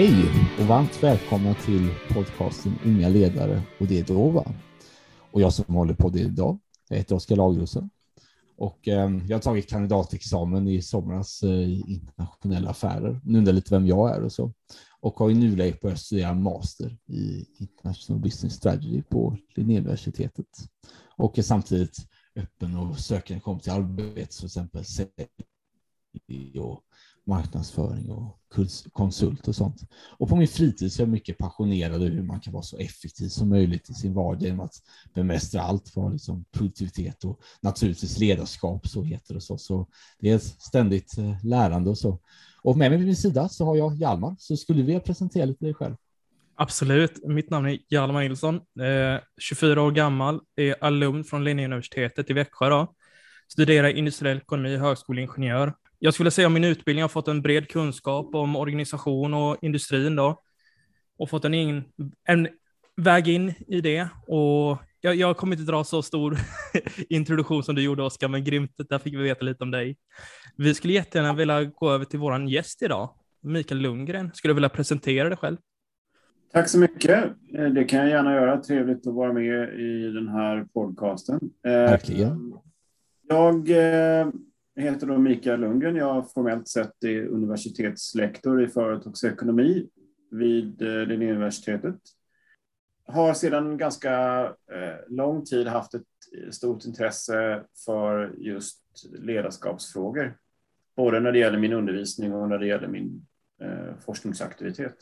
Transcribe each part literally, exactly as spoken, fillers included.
Hej och varmt välkomna till podcasten Unga ledare och det är Dova. Och jag som håller på det idag, jag heter Oskar Lagerlöfsson. Och eh, jag har tagit kandidatexamen i somras eh, i internationella affärer. Nu undrar lite vem jag är och så. Och har i nuläget börjat studera master i International Business Strategy på Linnéuniversitetet. Och är samtidigt öppen och sökande kommer till arbete, till exempel sälj och marknadsföring och konsult och sånt. Och på min fritid så är jag mycket passionerad över hur man kan vara så effektiv som möjligt i sin vardag genom att bemästra allt från liksom produktivitet och naturligtvis ledarskap, så heter det så. Så det är ett ständigt lärande och så. Och med mig vid min sida så har jag Hjalmar, så skulle vi presentera lite dig själv. Absolut, mitt namn är Hjalmar Nilsson, eh, tjugofyra år gammal, är alumn från Linnéuniversitetet i Växjö då. Studerar industriell ekonomi, högskoleingenjör. Jag skulle säga om min utbildning har fått en bred kunskap om organisation och industrin då. Och fått en, in, en väg in i det. Och jag, jag kommer inte dra så stor introduktion som du gjorde, Oskar, men grymt, där fick vi veta lite om dig. Vi skulle jättegärna vilja gå över till våran gäst idag, Mikael Lundgren. Skulle du vilja presentera dig själv? Tack så mycket. Det kan jag gärna göra. Trevligt att vara med i den här podcasten. Verkligen. Jag heter då Mikael Lundgren. Jag har formellt sett är universitetslektor i företagsekonomi vid Linnéuniversitetet. Har sedan ganska lång tid haft ett stort intresse för just ledarskapsfrågor. Både när det gäller min undervisning och när det gäller min forskningsaktivitet.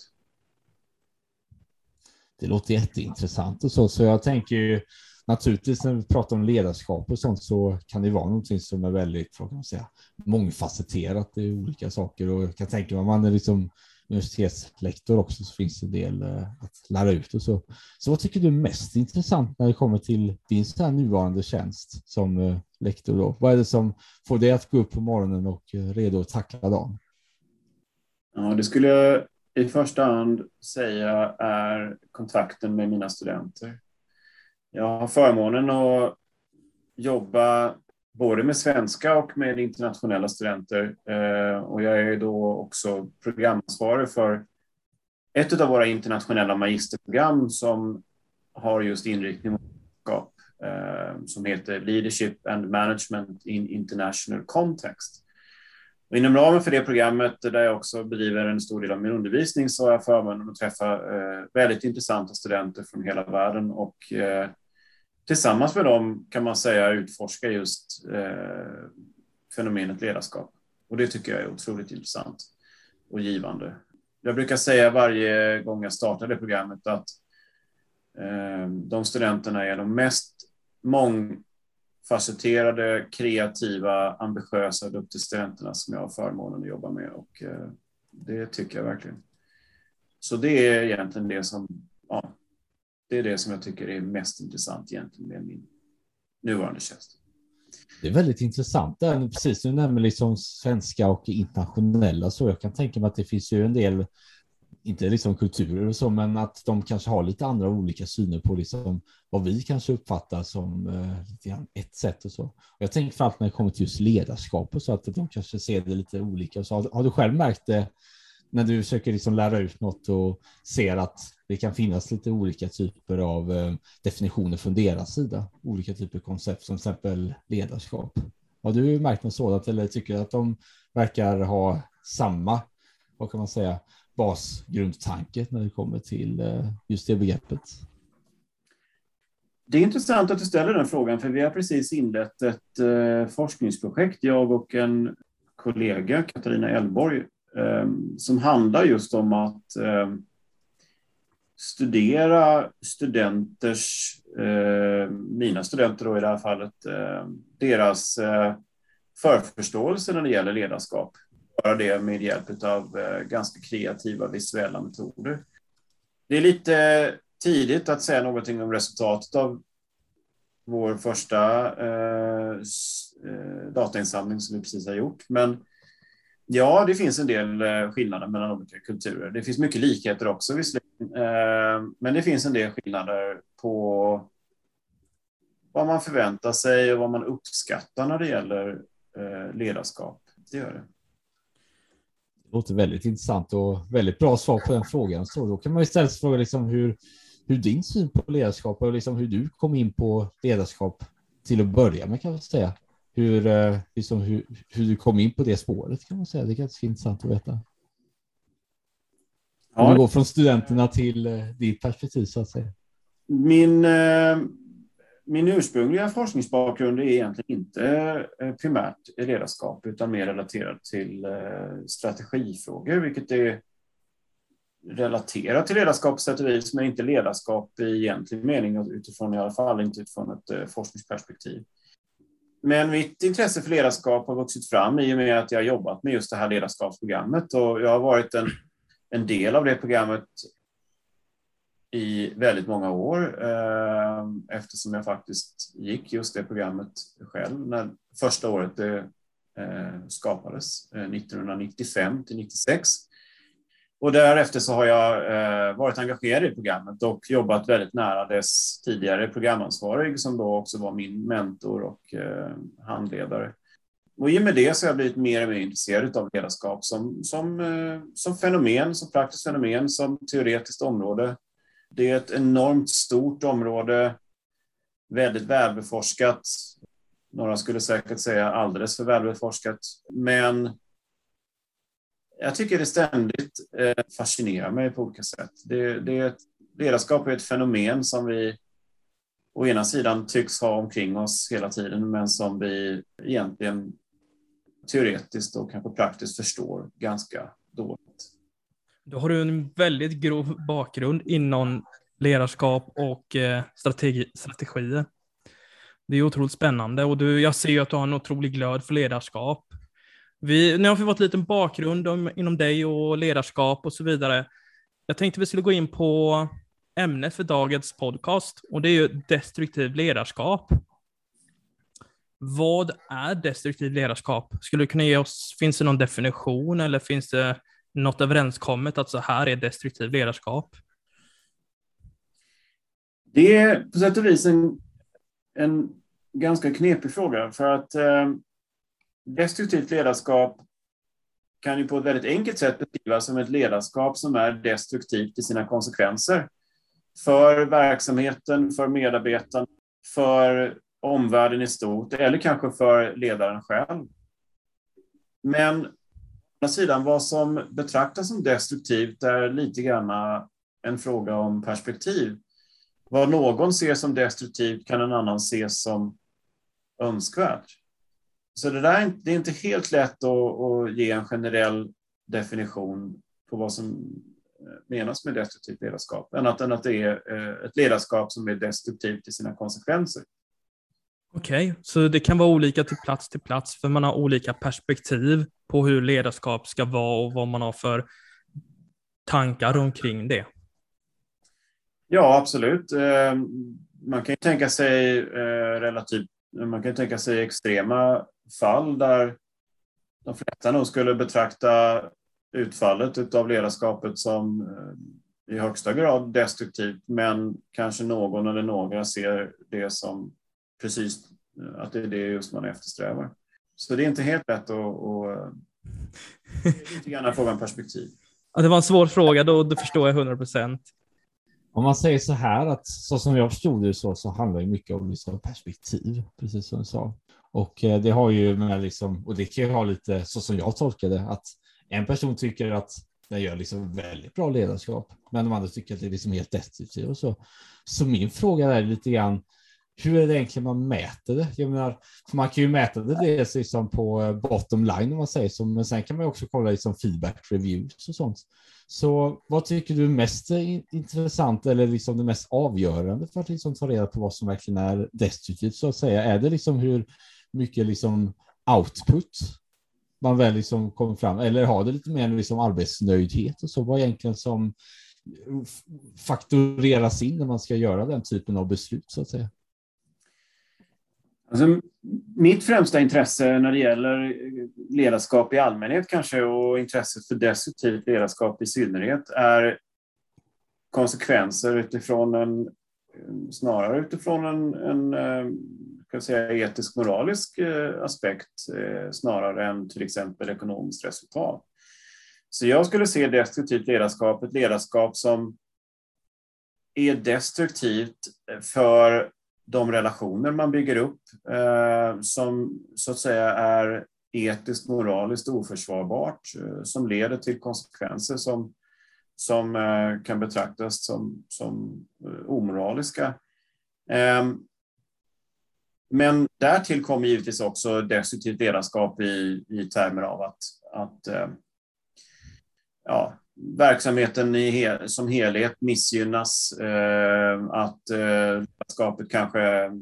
Det låter jätteintressant och så, så jag tänker ju naturligtvis när vi pratar om ledarskap och sånt så kan det vara någonting som är väldigt, vad kan man säga, mångfacetterat i olika saker, och jag kan tänka mig om man är liksom universitetslektor också så finns det en del att lära ut och så. Så vad tycker du är mest intressant när det kommer till din så här nuvarande tjänst som lektor då? Vad är det som får dig att gå upp på morgonen och redo att tackla dagen? Ja, det skulle jag i första hand säga är kontakten med mina studenter. Jag har förmånen att jobba både med svenska och med internationella studenter. Och jag är då också programansvarig för ett av våra internationella magisterprogram som har just inriktning mot ledarskap, som heter Leadership and Management in International Context. Och inom ramen för det programmet, där jag också bedriver en stor del av min undervisning, så har jag förmånen att träffa eh, väldigt intressanta studenter från hela världen och eh, tillsammans med dem kan man säga utforska just eh, fenomenet ledarskap. Och det tycker jag är otroligt intressant och givande. Jag brukar säga varje gång jag startar det programmet att eh, de studenterna är de mest mång facetterade, kreativa, ambitiösa, duktiga studenterna som jag har förmånen att jobba med, och eh, det tycker jag verkligen. Så det är egentligen det som, ja, det är det som jag tycker är mest intressant egentligen med min nuvarande tjänst. Det är väldigt intressant där, precis du nämner liksom svenska och internationella, så jag kan tänka mig att det finns ju en del, inte liksom kulturer och så, men att de kanske har lite andra olika syner på liksom vad vi kanske uppfattar som eh, lite grann ett sätt och så. Och jag tänker framför allt när det kommer till just ledarskap och så, att de kanske ser det lite olika. Och så har, har du själv märkt det när du försöker liksom lära ut något och ser att det kan finnas lite olika typer av eh, definitioner från deras sida, olika typer av koncept som till exempel ledarskap? Har du märkt något sådant, eller tycker du att de verkar ha samma, vad kan man säga, basgrundtanke när det kommer till just det begreppet? Det är intressant att du ställer den frågan, för vi har precis inlett ett eh, forskningsprojekt, jag och en kollega, Katarina Elborg, eh, som handlar just om att eh, studera studenters, eh, mina studenter då i det här fallet, eh, deras eh, förförståelse när det gäller ledarskap. Göra det med hjälp av eh, ganska kreativa visuella metoder. Det är lite tidigt att säga någonting om resultatet av vår första eh, datainsamling som vi precis har gjort. Men ja, det finns en del eh, skillnader mellan olika kulturer. Det finns mycket likheter också visserligen. Eh, men det finns en del skillnader på vad man förväntar sig och vad man uppskattar när det gäller eh, ledarskap. Det gör det. Det låter väldigt intressant och väldigt bra svar på den frågan. Så då kan man istället fråga liksom hur, hur din syn på ledarskap och liksom hur du kom in på ledarskap till att börja med, kan man säga. Hur, liksom hur, hur du kom in på det spåret, kan man säga. Det är ganska intressant att veta. Om ja. Du går från studenterna till ditt perspektiv, så att säga. Min, min ursprungliga forskningsbakgrund är egentligen inte primärt ledarskap utan mer relaterad till strategifrågor, vilket är relaterat till ledarskap på sätt och vis, men inte ledarskap i egentlig mening, utifrån i alla fall inte utifrån ett forskningsperspektiv. Men mitt intresse för ledarskap har vuxit fram i och med att jag har jobbat med just det här ledarskapsprogrammet, och jag har varit en, en del av det programmet i väldigt många år, eh, eftersom jag faktiskt gick just det programmet själv när första året det eh, skapades, eh, nittonhundranittiofem till nittiosex. Och därefter så har jag eh, varit engagerad i programmet och jobbat väldigt nära dess tidigare programansvarig, som då också var min mentor och eh, handledare. Och i och med det så har jag blivit mer och mer intresserad av ledarskap som, som, eh, som fenomen, som praktiskt fenomen, som teoretiskt område. Det är ett enormt stort område, väldigt välbeforskat. Några skulle säkert säga alldeles för välbeforskat. Men jag tycker det ständigt eh, fascinerar mig på olika sätt. Det, det är ett, ledarskap är ett fenomen som vi å ena sidan tycks ha omkring oss hela tiden, men som vi egentligen teoretiskt och kanske praktiskt förstår ganska dåligt. Då har du en väldigt grov bakgrund inom ledarskap och eh, strategi, strategier. Det är otroligt spännande, och du, jag ser ju att du har en otrolig glöd för ledarskap. Vi, nu har vi fått en liten bakgrund om, inom dig och ledarskap och så vidare. Jag tänkte vi skulle gå in på ämnet för dagens podcast, och det är ju destruktiv ledarskap. Vad är destruktiv ledarskap? Skulle du kunna ge oss, finns det någon definition eller finns det något överenskommet att så här är destruktiv ledarskap? Det är på sätt och vis en, en ganska knepig fråga, för att eh, destruktivt ledarskap kan ju på ett väldigt enkelt sätt beskrivas som ett ledarskap som är destruktivt i sina konsekvenser för verksamheten, för medarbetarna, för omvärlden i stort eller kanske för ledaren själv. Men å andra sidan, vad som betraktas som destruktivt är lite grann en fråga om perspektiv. Vad någon ser som destruktivt kan en annan se som önskvärt. Så det där är, det är inte helt lätt att, att ge en generell definition på vad som menas med destruktivt ledarskap, annat än att det är ett ledarskap som är destruktivt i sina konsekvenser. Okej, okay, så det kan vara olika till plats till plats, för man har olika perspektiv på hur ledarskap ska vara och vad man har för tankar omkring det. Ja, absolut. Man kan ju tänka sig relativt, man kan tänka sig extrema fall där de flesta nog skulle betrakta utfallet av ledarskapet som i högsta grad destruktivt, men kanske någon eller några ser det som precis att det är det just man eftersträvar. Så det är inte helt lätt att, att lite grann fråga om perspektiv. Ja, det var en svår fråga, då, då förstår jag hundra procent. Om man säger så här, att så som jag förstod det så, så handlar det mycket om liksom perspektiv, precis som du sa. Och det har ju med liksom, och det kan ju ha lite, så som jag tolkar det, att en person tycker att den gör liksom väldigt bra ledarskap, men de andra tycker att det är liksom helt destruktivt och så. Så min fråga är lite grann, hur är det egentligen man mäter det? Jag menar, man kan ju mäta det dels liksom på bottom line om man säger så, men sen kan man också kolla liksom feedback reviews och sånt. Så vad tycker du är mest intressant eller liksom det mest avgörande för att liksom ta reda på vad som verkligen är destruktivt, så att säga? Är det liksom hur mycket liksom output man väl liksom kommer fram, eller har det lite mer liksom arbetsnöjdhet och så? Vad egentligen som faktureras in när man ska göra den typen av beslut, så att säga? Alltså, mitt främsta intresse när det gäller ledarskap i allmänhet kanske, och intresset för destruktivt ledarskap i synnerhet, är konsekvenser utifrån en, snarare utifrån en, en kan jag säga, etisk moralisk aspekt snarare än till exempel ekonomiskt resultat. Så jag skulle se destruktivt ledarskap, ett ledarskap som är destruktivt för de relationer man bygger upp, eh, som så att säga är etiskt, moraliskt oförsvarbart, eh, som leder till konsekvenser som, som eh, kan betraktas som, som eh, omoraliska. Eh, men därtill kommer givetvis också destruktivt ledarskap i, i termer av att, att eh, ja, verksamheten i hel, som helhet missgynnas, eh, att eh, ledarskapet kanske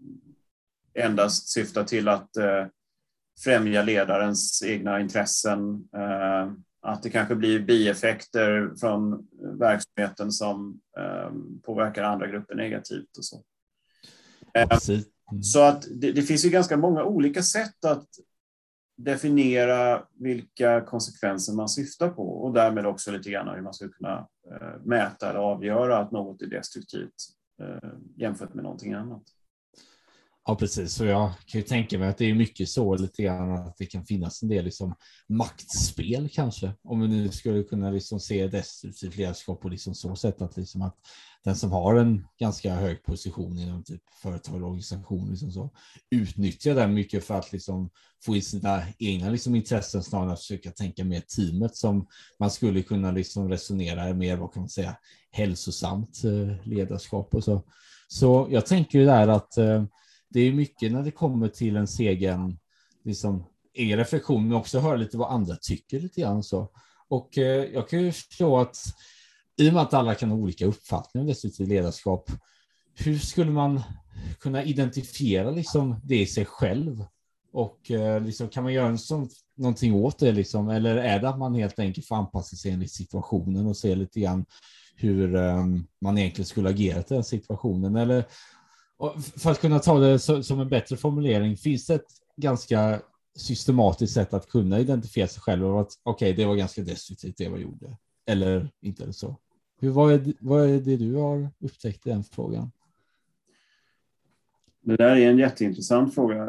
endast syftar till att eh, främja ledarens egna intressen, eh, att det kanske blir bieffekter från verksamheten som eh, påverkar andra grupper negativt och så. Eh, mm. Så att det, det finns ju ganska många olika sätt att definiera vilka konsekvenser man syftar på och därmed också lite grann hur man ska kunna eh, mäta eller avgöra att något är destruktivt eh, jämfört med någonting annat. Ja, precis. Så jag kan ju tänka mig att det är mycket så lite grann att det kan finnas en del liksom maktspel kanske. Om vi nu skulle kunna liksom se destruktivt ledarskap på liksom så sätt att, liksom att den som har en ganska hög position inom typ företag och organisation liksom så, utnyttjar den mycket för att liksom få in sina egna liksom intressen snarare än att försöka tänka mer teamet som man skulle kunna liksom resonera mer, vad kan man säga, hälsosamt ledarskap och så. Så jag tänker ju där att det är mycket när det kommer till en egen, liksom, egen reflektion, men också höra lite vad andra tycker lite grann så. Och eh, jag kan ju förstå att i och med att alla kan ha olika uppfattningar om destruktivt ledarskap, hur skulle man kunna identifiera liksom det i sig själv? Och eh, liksom, kan man göra en sån, någonting åt det liksom? Eller är det att man helt enkelt får anpassa sig enligt situationen och se lite grann hur eh, man egentligen skulle agera i den situationen? Eller för att kunna ta det som en bättre formulering, finns det ett ganska systematiskt sätt att kunna identifiera sig själv och att okej, okay, det var ganska destruktivt det jag gjorde. Eller inte eller så. Hur, vad, är, vad är det du har upptäckt i den frågan? Det där är en jätteintressant fråga.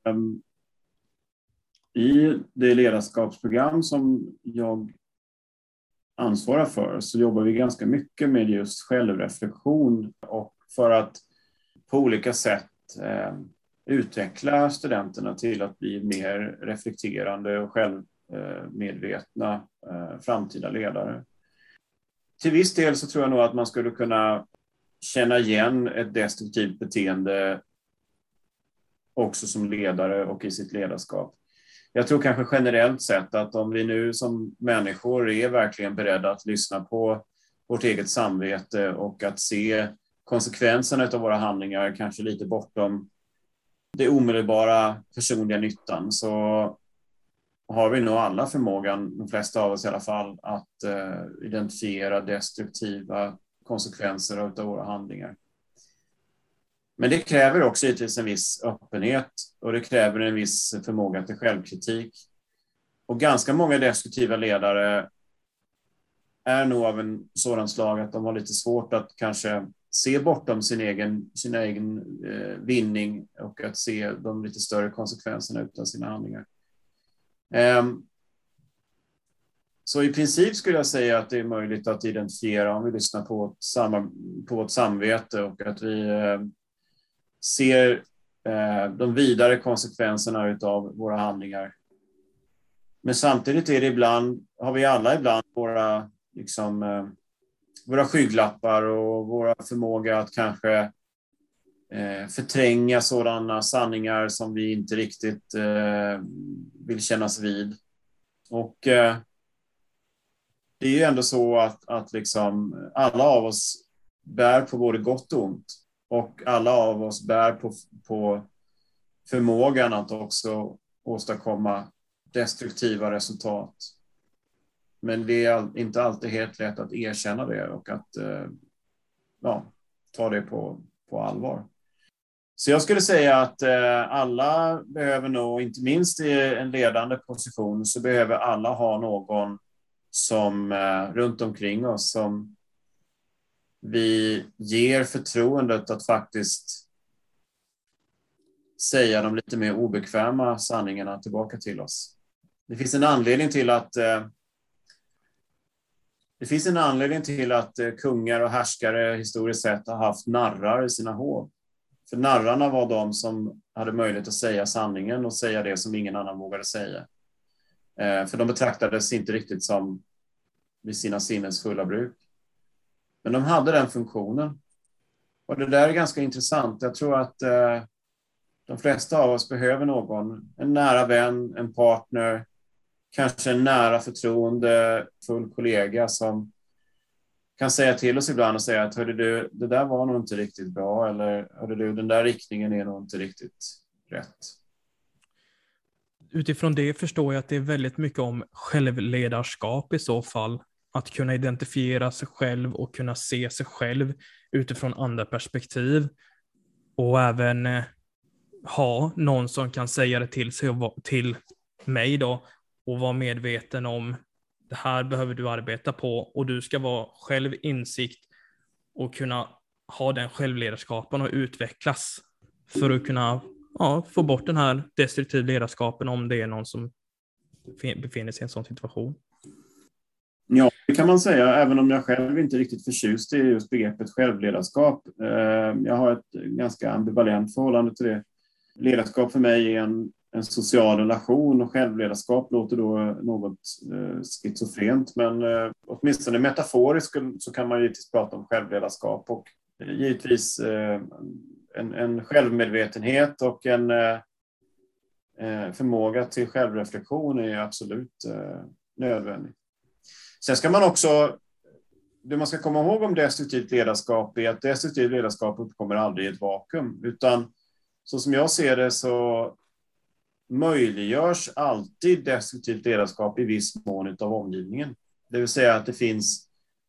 I det ledarskapsprogram som jag ansvarar för så jobbar vi ganska mycket med just självreflektion och för att på olika sätt eh, utveckla studenterna till att bli mer reflekterande och självmedvetna eh, framtida ledare. Till viss del så tror jag nog att man skulle kunna känna igen ett destruktivt beteende också som ledare och i sitt ledarskap. Jag tror kanske generellt sett att om vi nu som människor är verkligen beredda att lyssna på vårt eget samvete och att se konsekvenserna av våra handlingar kanske lite bortom det omedelbara personliga nyttan, så har vi nog alla förmågan, de flesta av oss i alla fall, att eh, identifiera destruktiva konsekvenser av våra handlingar. Men det kräver också givetvis en viss öppenhet och det kräver en viss förmåga till självkritik. Och ganska många destruktiva ledare är nog av en sådan slag att de har lite svårt att kanske se bortom sin egen, sin egen eh, vinning och att se de lite större konsekvenserna utav sina handlingar. Um, så i princip skulle jag säga att det är möjligt att identifiera om vi lyssnar på vårt, samma, på vårt samvete och att vi eh, ser eh, de vidare konsekvenserna utav våra handlingar. Men samtidigt är det ibland, har vi alla ibland våra liksom eh, våra skygglappar och våra förmåga att kanske eh, förtränga sådana sanningar som vi inte riktigt eh, vill kännas vid. Och eh, det är ju ändå så att, att liksom alla av oss bär på både gott och ont. Och alla av oss bär på, på förmågan att också åstadkomma destruktiva resultat. Men det är inte alltid helt lätt att erkänna det och att ja, ta det på, på allvar. Så jag skulle säga att alla behöver nog, inte minst i en ledande position, så behöver alla ha någon som runt omkring oss som vi ger förtroendet att faktiskt säga de lite mer obekväma sanningarna tillbaka till oss. Det finns en anledning till att Det finns en anledning till att kungar och härskare historiskt sett har haft narrar i sina hov. För narrarna var de som hade möjlighet att säga sanningen och säga det som ingen annan vågade säga. För de betraktades inte riktigt som vid sina sinnes fulla bruk. Men de hade den funktionen. Och det där är ganska intressant. Jag tror att eh, de flesta av oss behöver någon, en nära vän, en partner, kanske en nära förtroendefull kollega som kan säga till oss ibland och säga att hörde du, det där var nog inte riktigt bra, eller hörde du, den där riktningen är nog inte riktigt rätt. Utifrån det förstår jag att det är väldigt mycket om självledarskap i så fall. Att kunna identifiera sig själv och kunna se sig själv utifrån andra perspektiv. Och även eh, ha någon som kan säga det till, sig och, till mig då. Och vara medveten om det här behöver du arbeta på. Och du ska vara själv insikt och kunna ha den självledarskapen och utvecklas. För att kunna ja, få bort den här destruktiva ledarskapen om det är någon som befinner sig i en sån situation. Ja, det kan man säga, även om jag själv inte riktigt förtjust i just begreppet självledarskap. Jag har ett ganska ambivalent förhållande till det. Ledarskap för mig är en, en social relation och självledarskap låter då något eh, schizofrent. Men eh, åtminstone metaforiskt så kan man givetvis prata om självledarskap och eh, givetvis eh, en, en självmedvetenhet och en eh, förmåga till självreflektion är absolut eh, nödvändig. Sen ska man också, det man ska komma ihåg om destruktivt ledarskap är att destruktivt ledarskap uppkommer aldrig i ett vakuum, utan så som jag ser det så möjliggörs alltid destruktivt ledarskap i viss mån av omgivningen. Det vill säga att det finns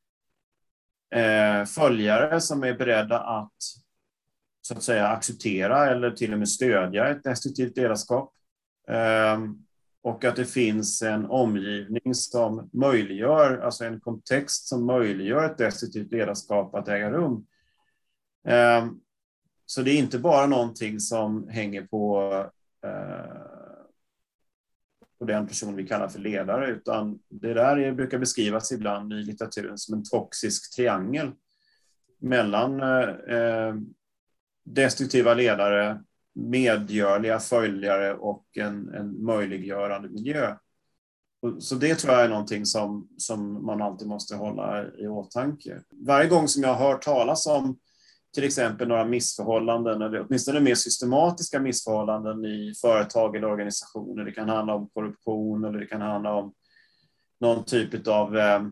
eh, följare som är beredda att så att säga acceptera eller till och med stödja ett destruktivt ledarskap. Eh, Och att det finns en omgivning som möjliggör, alltså en kontext som möjliggör ett destruktivt ledarskap att äga rum. Så det är inte bara någonting som hänger på, på den person vi kallar för ledare, utan det där brukar beskrivas ibland i litteraturen som en toxisk triangel mellan destruktiva ledare, medgörliga följare och en, en möjliggörande miljö. Så det tror jag är någonting som, som man alltid måste hålla i åtanke. Varje gång som jag har hört talas om till exempel några missförhållanden, eller åtminstone mer systematiska missförhållanden i företag eller organisationer, det kan handla om korruption eller det kan handla om någon typ av eh,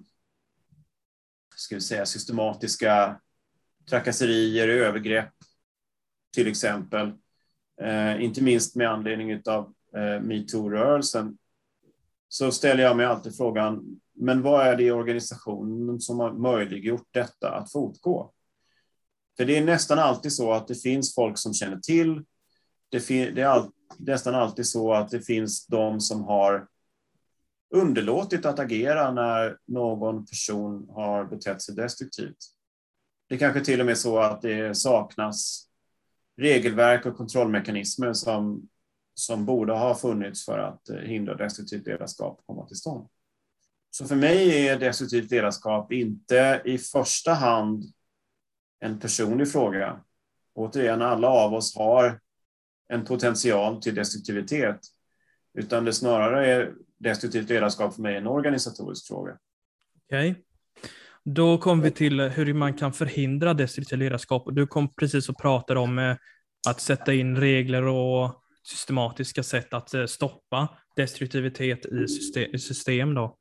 ska vi säga, systematiska trakasserier, övergrepp till exempel. Eh, inte minst med anledning av eh, MeToo-rörelsen, så ställer jag mig alltid frågan, men vad är det i organisationen som har möjliggjort detta att fortgå? För det är nästan alltid så att det finns folk som känner till, det, fin- det är all- nästan alltid så att det finns de som har underlåtit att agera när någon person har betett sig destruktivt. Det är kanske till och med så att det saknas regelverk och kontrollmekanismer som, som borde ha funnits för att hindra destruktivt ledarskap komma till stånd. Så för mig är destruktivt ledarskap inte i första hand en personlig fråga. Återigen, alla av oss har en potential till destruktivitet, utan det snarare är destruktivt ledarskap för mig en organisatorisk fråga. Okej. Okay. Då kommer vi till hur man kan förhindra destruktivt ledarskap. Du kom precis och pratade om att sätta in regler och systematiska sätt att stoppa destruktivitet i system. system då.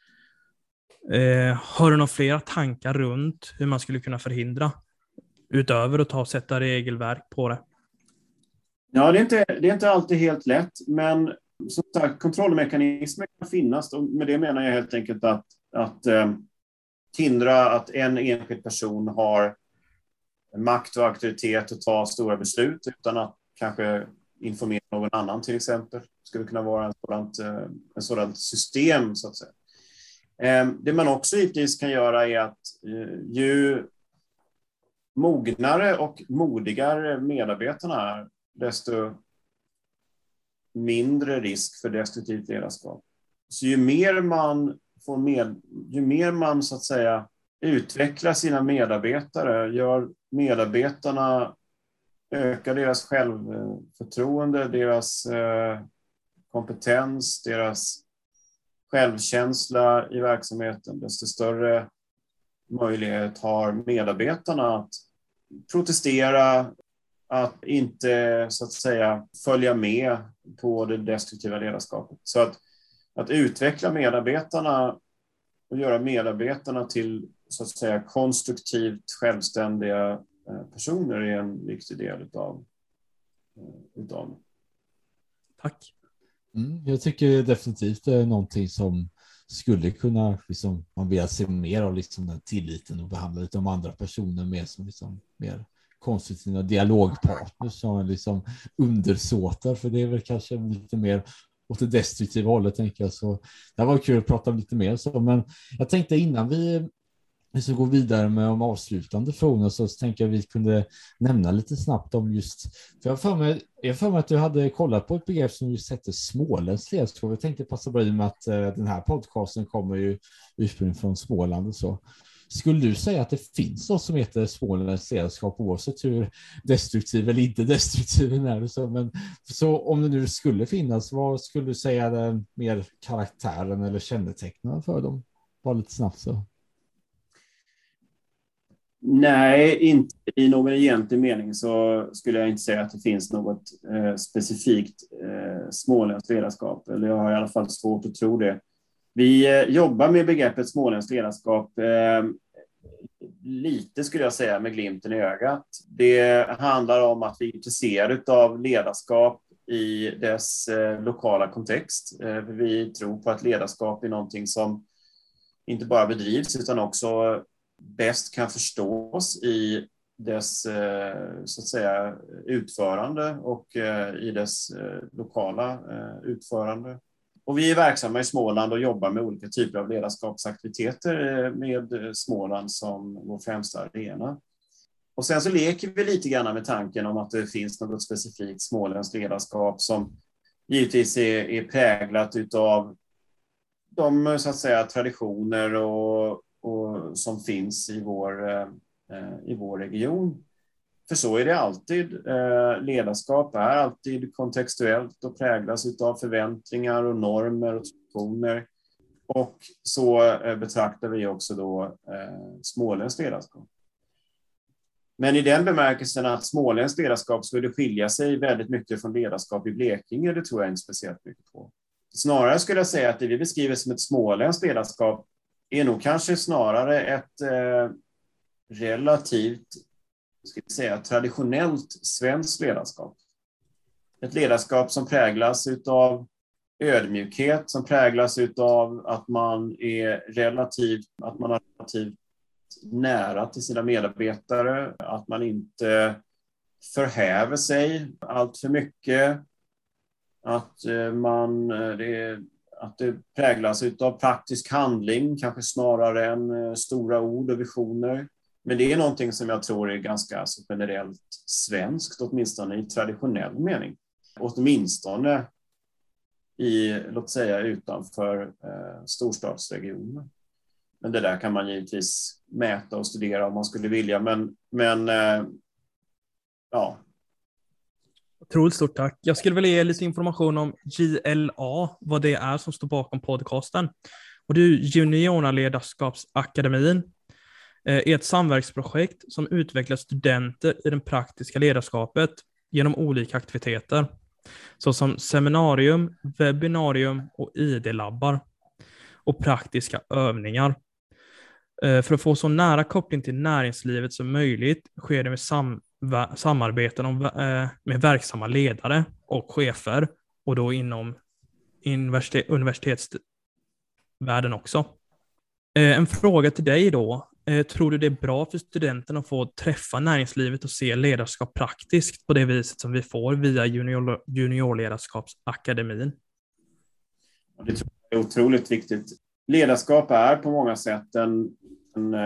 Eh, har du några flera tankar runt hur man skulle kunna förhindra? Utöver att ta och sätta regelverk på det. Ja, det är inte, det är inte alltid helt lätt, men som sagt, kontrollmekanismer kan finnas. Och med det menar jag helt enkelt att, att eh, hindra att en enskild person har makt och auktoritet att ta stora beslut utan att kanske informera någon annan till exempel. Det skulle kunna vara en sådant, en sådant system så att säga. Det man också givetvis kan göra är att ju mognare och modigare medarbetarna är, desto mindre risk för destruktivt ledarskap. Så ju mer man får med, ju mer man så att säga utvecklar sina medarbetare, gör medarbetarna, ökar deras självförtroende, deras eh, kompetens, deras självkänsla i verksamheten, desto större möjlighet har medarbetarna att protestera, att inte så att säga följa med på det destruktiva ledarskapet. Så att, att utveckla medarbetarna och göra medarbetarna till så att säga konstruktivt självständiga personer är en viktig del utav, utav. Tack. Mm, jag tycker definitivt det är någonting som skulle kunna, liksom, man vill se mer av liksom den tilliten och behandla lite de andra personer mer som liksom, mer konstruktiva dialogpartners som liksom undersåtar, för det är väl kanske lite mer åt det destruktiva hållet, tänker jag. Så det var kul att prata lite mer så, men jag tänkte innan vi vi ska gå vidare med de avslutande frågorna, så tänker jag vi kunde nämna lite snabbt om just, för jag för mig, jag för mig att du hade kollat på ett begrepp som just heter Småländsk ledarskap. Jag tänkte passa bra i med att uh, den här podcasten kommer ju ursprungligen från Småland och så. Skulle du säga att det finns något som heter Småländsk ledarskap, oavsett hur destruktiv eller inte destruktiv den är? Så, men, så om det nu skulle finnas, vad skulle du säga är mer karaktären eller kännetecknande för dem? Bara lite snabbt så. Nej, inte i någon egentlig mening så skulle jag inte säga att det finns något eh, specifikt eh, småländskt ledarskap. Eller jag har i alla fall svårt att tro det. Vi eh, jobbar med begreppet småländskt ledarskap eh, lite, skulle jag säga, med glimten i ögat. Det handlar om att vi är intresserade av ledarskap i dess eh, lokala kontext. Eh, vi tror på att ledarskap är någonting som inte bara bedrivs utan också bäst kan förstås i dess så att säga utförande och i dess lokala utförande. Och vi är verksamma i Småland och jobbar med olika typer av ledarskapsaktiviteter med Småland som vår främsta arena. Och sen så leker vi lite grann med tanken om att det finns något specifikt småländskt ledarskap som givetvis är, är präglat utav de så att säga traditioner och och som finns i vår, eh, i vår region. För så är det alltid. Eh, ledarskap är alltid kontextuellt och präglas av förväntningar och normer och traditioner. Och så eh, betraktar vi också då eh, småländskt ledarskap. Men i den bemärkelsen att småländskt ledarskap skulle skilja sig väldigt mycket från ledarskap i Blekinge, det tror jag inte speciellt mycket på. Snarare skulle jag säga att det vi beskriver som ett småländskt ledarskap är nog kanske snarare ett eh, relativt, ska jag säga, traditionellt svenskt ledarskap. Ett ledarskap som präglas utav ödmjukhet, som präglas utav att man är relativt, att man är relativt nära till sina medarbetare, att man inte förhäver sig allt för mycket, att eh, man det är att det präglas av praktisk handling, kanske snarare än stora ord och visioner. Men det är någonting som jag tror är ganska alltså, generellt svenskt, åtminstone i traditionell mening. Åtminstone i, låt säga, utanför eh, storstadsregioner. Men det där kan man givetvis mäta och studera om man skulle vilja. Men, men eh, ja... Otroligt stort tack. Jag skulle vilja ge lite information om J L A, vad det är som står bakom podcasten. Och det är Juniorledarskapsakademin, är ett samverksprojekt som utvecklar studenter i det praktiska ledarskapet genom olika aktiviteter, såsom seminarium, webbinarium och I D-labbar och praktiska övningar. För att få så nära koppling till näringslivet som möjligt sker det med sam samarbeten om, eh, med verksamma ledare och chefer, och då inom universitet, universitetsvärlden också. Eh, en fråga till dig då. Eh, tror du det är bra för studenterna att få träffa näringslivet och se ledarskap praktiskt på det viset som vi får via junior, juniorledarskapsakademin? Det tror jag är otroligt viktigt. Ledarskap är på många sätt en, en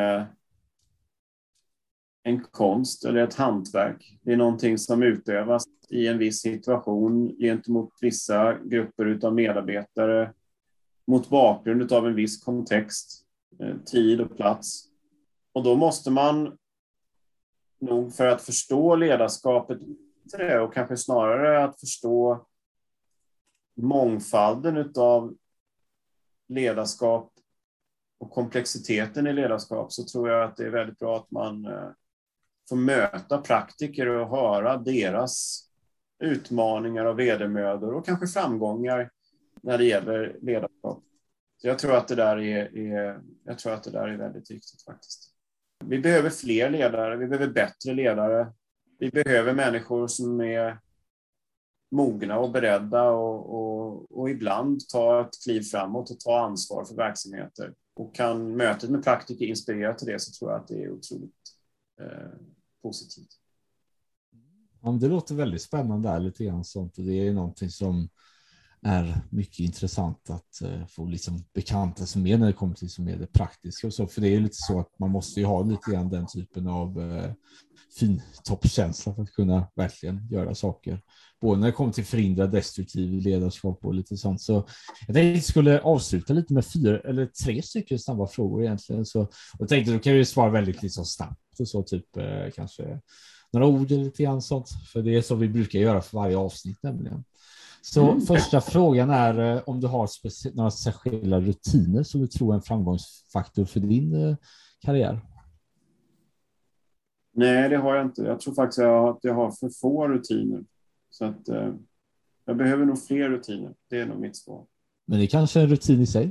en konst eller ett hantverk. Det är någonting som utövas i en viss situation gentemot vissa grupper av medarbetare mot bakgrund av en viss kontext, tid och plats. Och då måste man nog, för att förstå ledarskapet och kanske snarare att förstå mångfalden av ledarskap och komplexiteten i ledarskap, så tror jag att det är väldigt bra att man får möta praktiker och höra deras utmaningar och vedermödor och kanske framgångar när det gäller ledarskap. Så jag tror att det där är, är, jag tror att det där är väldigt viktigt faktiskt. Vi behöver fler ledare, vi behöver bättre ledare. Vi behöver människor som är mogna och beredda och, och, och ibland ta ett kliv framåt och ta ansvar för verksamheter. Och kan mötet med praktiker inspirera till det, så tror jag att det är otroligt eh, positivt. Ja, det låter väldigt spännande där, lite grann sånt. Och det är någonting som är mycket intressant att uh, få liksom bekanta sig med när det kommer till som är det praktiska och så. För det är lite så att man måste ju ha lite grann den typen av uh, fin toppkänsla för att kunna verkligen göra saker. Både när det kommer till förhindra destruktiv ledarskap och lite sånt. Så jag tänkte att jag skulle avsluta lite med fyra eller tre stycken snabba frågor egentligen. Så, och jag tänkte då kan vi svara väldigt liksom snabbt och så, typ uh, kanske några ord eller lite grann sånt. För det är så vi brukar göra för varje avsnitt nämligen. Så mm. första frågan är om du har speci- några särskilda rutiner som du tror är en framgångsfaktor för din eh, karriär? Nej, det har jag inte. Jag tror faktiskt att jag har för få rutiner. Så att eh, jag behöver nog fler rutiner. Det är nog mitt svar. Men det är kanske en rutin i sig?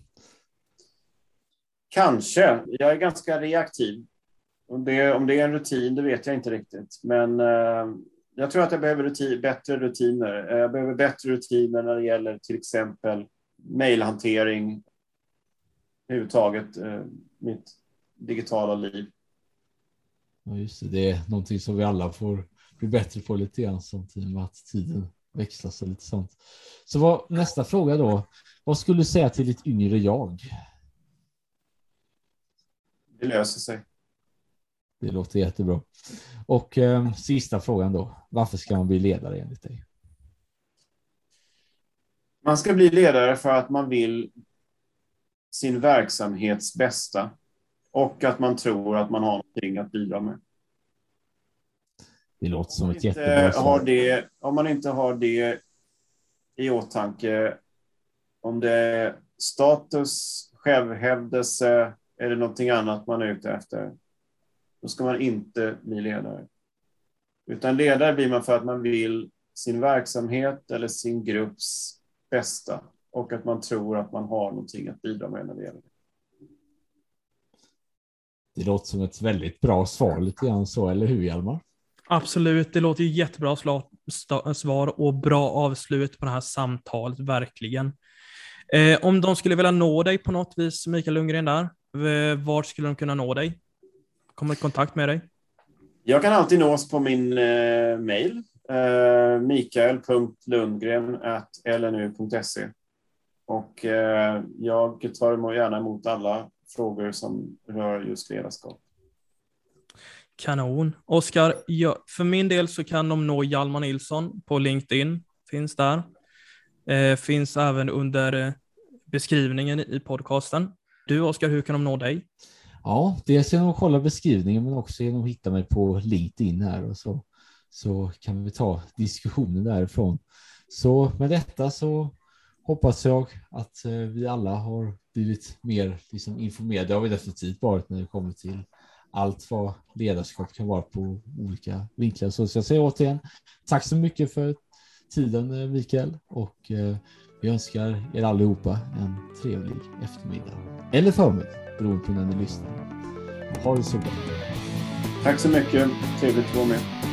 Kanske. Jag är ganska reaktiv. Om det, om det är en rutin, det vet jag inte riktigt. Men eh, jag tror att jag behöver rutin, bättre rutiner. Jag behöver bättre rutiner när det gäller till exempel mejlhantering, överhuvudtaget eh, mitt digitala liv. Ja, just det. Det är någonting som vi alla får bli bättre på lite grann, samtidigt med att tiden växlas och lite sånt. Så vad, nästa fråga då. Vad skulle du säga till ditt yngre jag? Det löser sig. Det låter jättebra. Och eh, sista frågan då. Varför ska man bli ledare enligt dig? Man ska bli ledare för att man vill sin verksamhets bästa. Och att man tror att man har någonting att bidra med. Det låter som ett jättebra svar. Det, om man inte har det i åtanke, om det är status, självhävdelse eller någonting annat man är ute efter, då ska man inte bli ledare. Utan ledare blir man för att man vill sin verksamhet eller sin grupps bästa. Och att man tror att man har någonting att bidra med när det gäller det. Det låter som ett väldigt bra svar, lite grann så, eller hur Hjalmar? Absolut, det låter ju jättebra svar och bra avslut på det här samtalet, verkligen. Eh, om de skulle vilja nå dig på något vis, Mikael Lundgren där, var skulle de kunna nå dig? Kommer i kontakt med dig? Jag kan alltid nås på min eh, mail, eh, mikael punkt lundgren at l n u punkt s e. Och eh, jag tar gärna emot alla frågor som rör just ledarskap. Kanon. Oskar, ja, för min del så kan de nå Hjalmar Nilsson på LinkedIn. Finns där. Eh, finns även under eh, beskrivningen i podcasten. Du Oskar, hur kan de nå dig? Ja, dels genom att kolla beskrivningen men också genom att hitta mig på LinkedIn här och så, så kan vi ta diskussionen därifrån. Så med detta så hoppas jag att eh, vi alla har blivit mer liksom, informerade. Det har vi definitivt varit när det kommer till allt vad ledarskap kan vara på olika vinklar. Så jag säger återigen tack så mycket för tiden Mikael, och eh, vi önskar er allihopa en trevlig eftermiddag eller förmiddag beroende på när ni lyssnar. Ha det så bra. Tack så mycket. Trevligt att vara med.